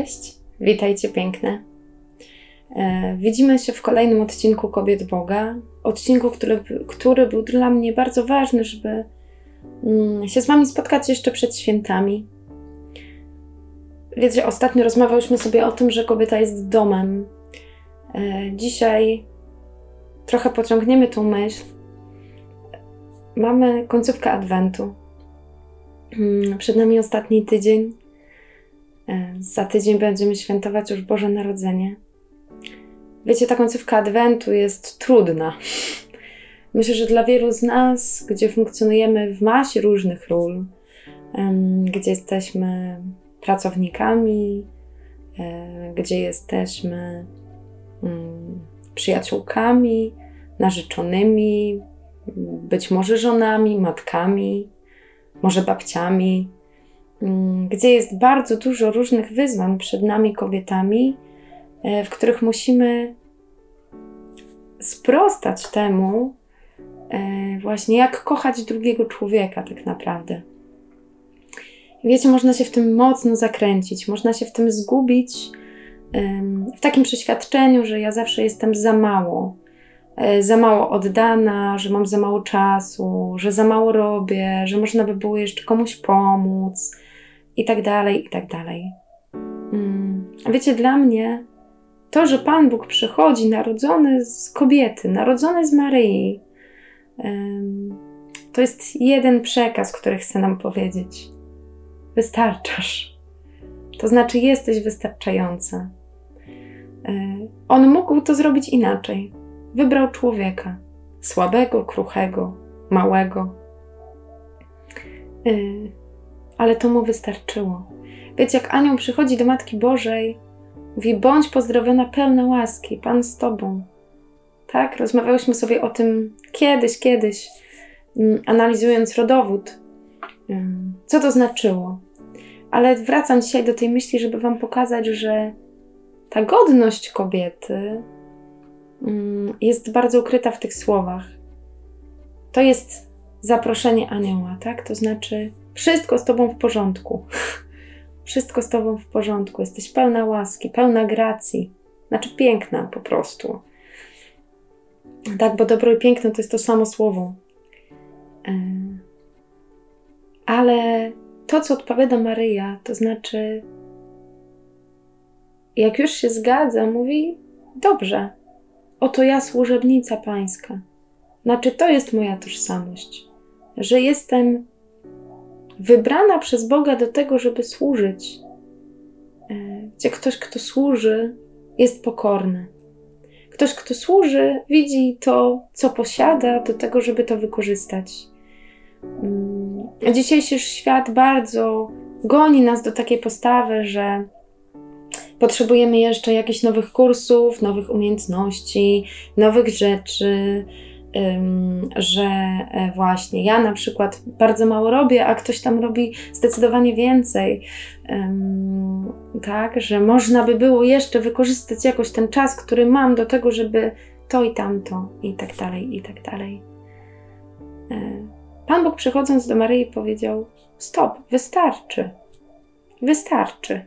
Cześć, witajcie piękne. Widzimy się w kolejnym odcinku Kobiet Boga. Odcinku, który był dla mnie bardzo ważny, żeby się z wami spotkać jeszcze przed świętami. Wiecie, ostatnio rozmawiałyśmy sobie o tym, że kobieta jest domem. Dzisiaj trochę pociągniemy tą myśl. Mamy końcówkę Adwentu. Przed nami ostatni tydzień. Za tydzień będziemy świętować już Boże Narodzenie. Wiecie, ta końcówka Adwentu jest trudna. Myślę, że dla wielu z nas, gdzie funkcjonujemy w masie różnych ról, gdzie jesteśmy pracownikami, gdzie jesteśmy przyjaciółkami, narzeczonymi, być może żonami, matkami, może babciami, gdzie jest bardzo dużo różnych wyzwań przed nami kobietami, w których musimy sprostać temu właśnie, jak kochać drugiego człowieka tak naprawdę. Wiecie, można się w tym mocno zakręcić, można się w tym zgubić w takim przeświadczeniu, że ja zawsze jestem za mało oddana, że mam za mało czasu, że za mało robię, że można by było jeszcze komuś pomóc i tak dalej, i tak dalej. Wiecie, dla mnie to, że Pan Bóg przychodzi narodzony z kobiety, narodzony z Maryi, to jest jeden przekaz, który chcę nam powiedzieć. Wystarczasz. To znaczy jesteś wystarczająca. On mógł to zrobić inaczej. Wybrał człowieka. Słabego, kruchego, małego. Ale to mu wystarczyło. Wiecie, jak anioł przychodzi do Matki Bożej, mówi: bądź pozdrowiona, pełna łaski, Pan z tobą. Tak? Rozmawiałyśmy sobie o tym kiedyś, analizując rodowód. Co to znaczyło? Ale wracam dzisiaj do tej myśli, żeby wam pokazać, że ta godność kobiety jest bardzo ukryta w tych słowach. To jest zaproszenie anioła, tak? To znaczy wszystko z tobą w porządku. Wszystko z tobą w porządku. Jesteś pełna łaski, pełna gracji. Znaczy piękna po prostu. Tak, bo dobro i piękno to jest to samo słowo. Ale to, co odpowiada Maryja, to znaczy, jak już się zgadza, mówi: dobrze, oto ja, służebnica Pańska. Znaczy, to jest moja tożsamość, że jestem wybrana przez Boga do tego, żeby służyć. Gdzie ktoś, kto służy, jest pokorny. Ktoś, kto służy, widzi to, co posiada, do tego, żeby to wykorzystać. Dzisiejszy świat bardzo goni nas do takiej postawy, że potrzebujemy jeszcze jakichś nowych kursów, nowych umiejętności, nowych rzeczy, że właśnie ja na przykład bardzo mało robię, a ktoś tam robi zdecydowanie więcej. Tak, że można by było jeszcze wykorzystać jakoś ten czas, który mam do tego, żeby to i tamto i tak dalej, i tak dalej. Pan Bóg, przychodząc do Maryi, powiedział: stop, wystarczy. Wystarczy.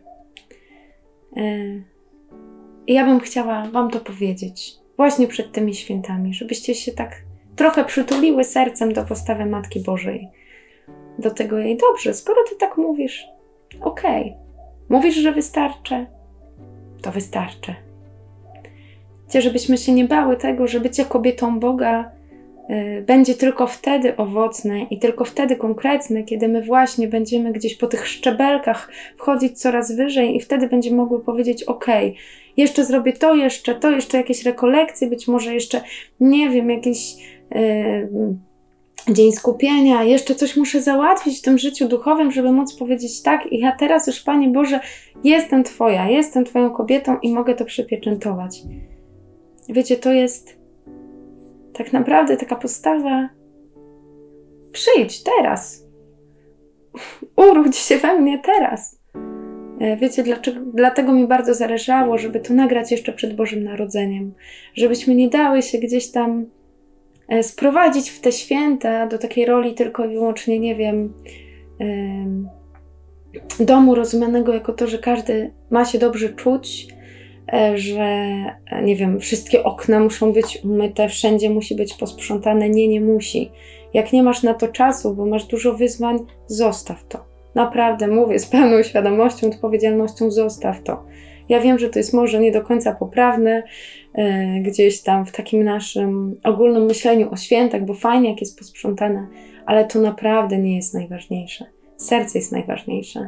I ja bym chciała wam to powiedzieć właśnie przed tymi świętami, żebyście się tak trochę przytuliły sercem do postawy Matki Bożej. Do tego jej: dobrze, skoro ty tak mówisz, okej. Mówisz, że wystarczy, to wystarczy. Chcę, żebyśmy się nie bały tego, że bycie kobietą Boga będzie tylko wtedy owocne i tylko wtedy konkretne, kiedy my właśnie będziemy gdzieś po tych szczebelkach wchodzić coraz wyżej i wtedy będziemy mogły powiedzieć: okej, jeszcze zrobię to, jeszcze jakieś rekolekcje, być może jeszcze, nie wiem, jakiś dzień skupienia, jeszcze coś muszę załatwić w tym życiu duchowym, żeby móc powiedzieć: tak, i ja teraz już, Panie Boże, jestem Twoja, jestem Twoją kobietą i mogę to przypieczętować. Wiecie, to jest tak naprawdę taka postawa: przyjdź teraz, urodź się we mnie teraz. Wiecie, dlatego mi bardzo zależało, żeby to nagrać jeszcze przed Bożym Narodzeniem, żebyśmy nie dały się gdzieś tam sprowadzić w te święta do takiej roli tylko i wyłącznie, nie wiem, domu rozumianego jako to, że każdy ma się dobrze czuć, że nie wiem, wszystkie okna muszą być umyte, wszędzie musi być posprzątane. Nie musi. Jak nie masz na to czasu, bo masz dużo wyzwań, zostaw to. Naprawdę mówię z pełną świadomością, odpowiedzialnością, zostaw to. Ja wiem, że to jest może nie do końca poprawne gdzieś tam w takim naszym ogólnym myśleniu o świętach, bo fajnie jak jest posprzątane, ale to naprawdę nie jest najważniejsze. Serce jest najważniejsze.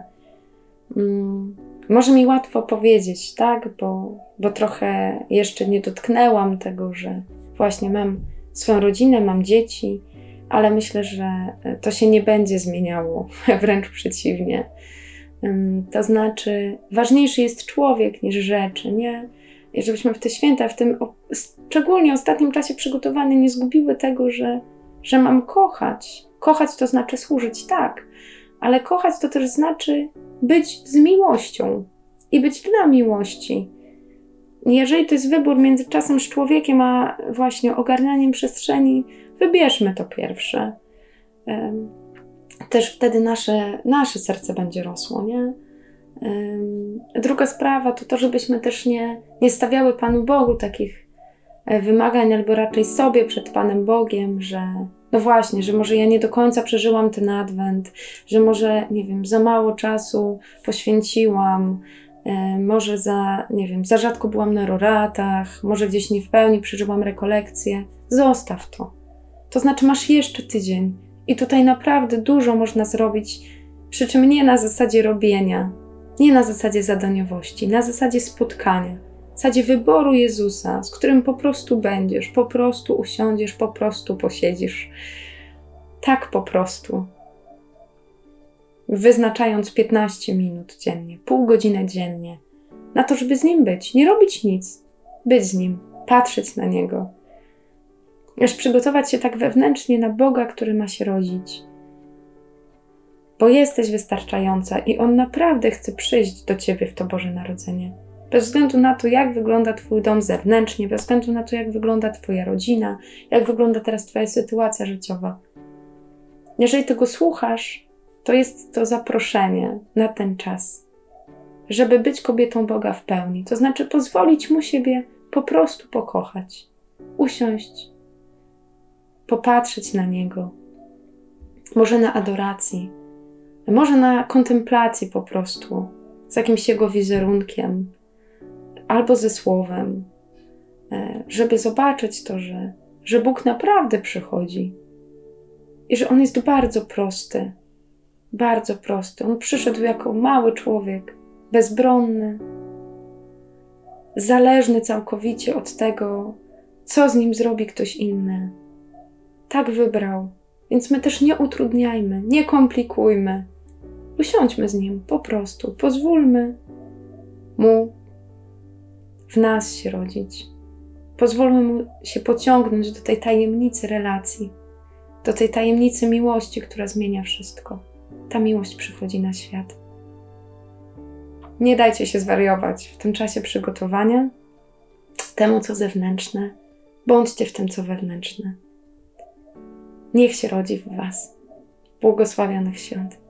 Może mi łatwo powiedzieć, tak, bo trochę jeszcze nie dotknęłam tego, że właśnie mam swoją rodzinę, mam dzieci, ale myślę, że to się nie będzie zmieniało, wręcz przeciwnie. To znaczy, ważniejszy jest człowiek niż rzeczy, nie? I żebyśmy w te święta, w tym szczególnie ostatnim czasie przygotowani, nie zgubiły tego, że mam kochać. Kochać to znaczy służyć, tak, ale kochać to też znaczy być z miłością i być dla miłości. Jeżeli to jest wybór między czasem z człowiekiem, a właśnie ogarnianiem przestrzeni, wybierzmy to pierwsze. Też wtedy nasze serce będzie rosło, nie? Druga sprawa to to, żebyśmy też nie stawiały Panu Bogu takich wymagań, albo raczej sobie przed Panem Bogiem, że no właśnie, że może ja nie do końca przeżyłam ten Adwent, że może, nie wiem, za mało czasu poświęciłam, może za rzadko byłam na roratach, może gdzieś nie w pełni przeżyłam rekolekcję. Zostaw to. To znaczy masz jeszcze tydzień i tutaj naprawdę dużo można zrobić, przy czym nie na zasadzie robienia, nie na zasadzie zadaniowości, na zasadzie spotkania, w zasadzie wyboru Jezusa, z którym po prostu będziesz, po prostu usiądziesz, po prostu posiedzisz. Tak po prostu. Wyznaczając 15 minut dziennie, pół godziny dziennie, na to, żeby z Nim być, nie robić nic, być z Nim, patrzeć na Niego. Aż przygotować się tak wewnętrznie na Boga, który ma się rodzić. Bo jesteś wystarczająca i On naprawdę chce przyjść do Ciebie w to Boże Narodzenie. Bez względu na to, jak wygląda Twój dom zewnętrznie, bez względu na to, jak wygląda Twoja rodzina, jak wygląda teraz Twoja sytuacja życiowa. Jeżeli tego słuchasz, to jest to zaproszenie na ten czas, żeby być kobietą Boga w pełni. To znaczy pozwolić Mu siebie po prostu pokochać, usiąść, popatrzeć na Niego, może na adoracji, może na kontemplacji po prostu, z jakimś Jego wizerunkiem, albo ze słowem, żeby zobaczyć to, że Bóg naprawdę przychodzi i że On jest bardzo prosty, bardzo prosty. On przyszedł jako mały człowiek, bezbronny, zależny całkowicie od tego, co z nim zrobi ktoś inny. Tak wybrał, więc my też nie utrudniajmy, nie komplikujmy. Usiądźmy z Nim po prostu, pozwólmy Mu w nas się rodzić. Pozwólmy Mu się pociągnąć do tej tajemnicy relacji, do tej tajemnicy miłości, która zmienia wszystko. Ta miłość przychodzi na świat. Nie dajcie się zwariować w tym czasie przygotowania temu, co zewnętrzne. Bądźcie w tym, co wewnętrzne. Niech się rodzi w Was. Błogosławionych świąt.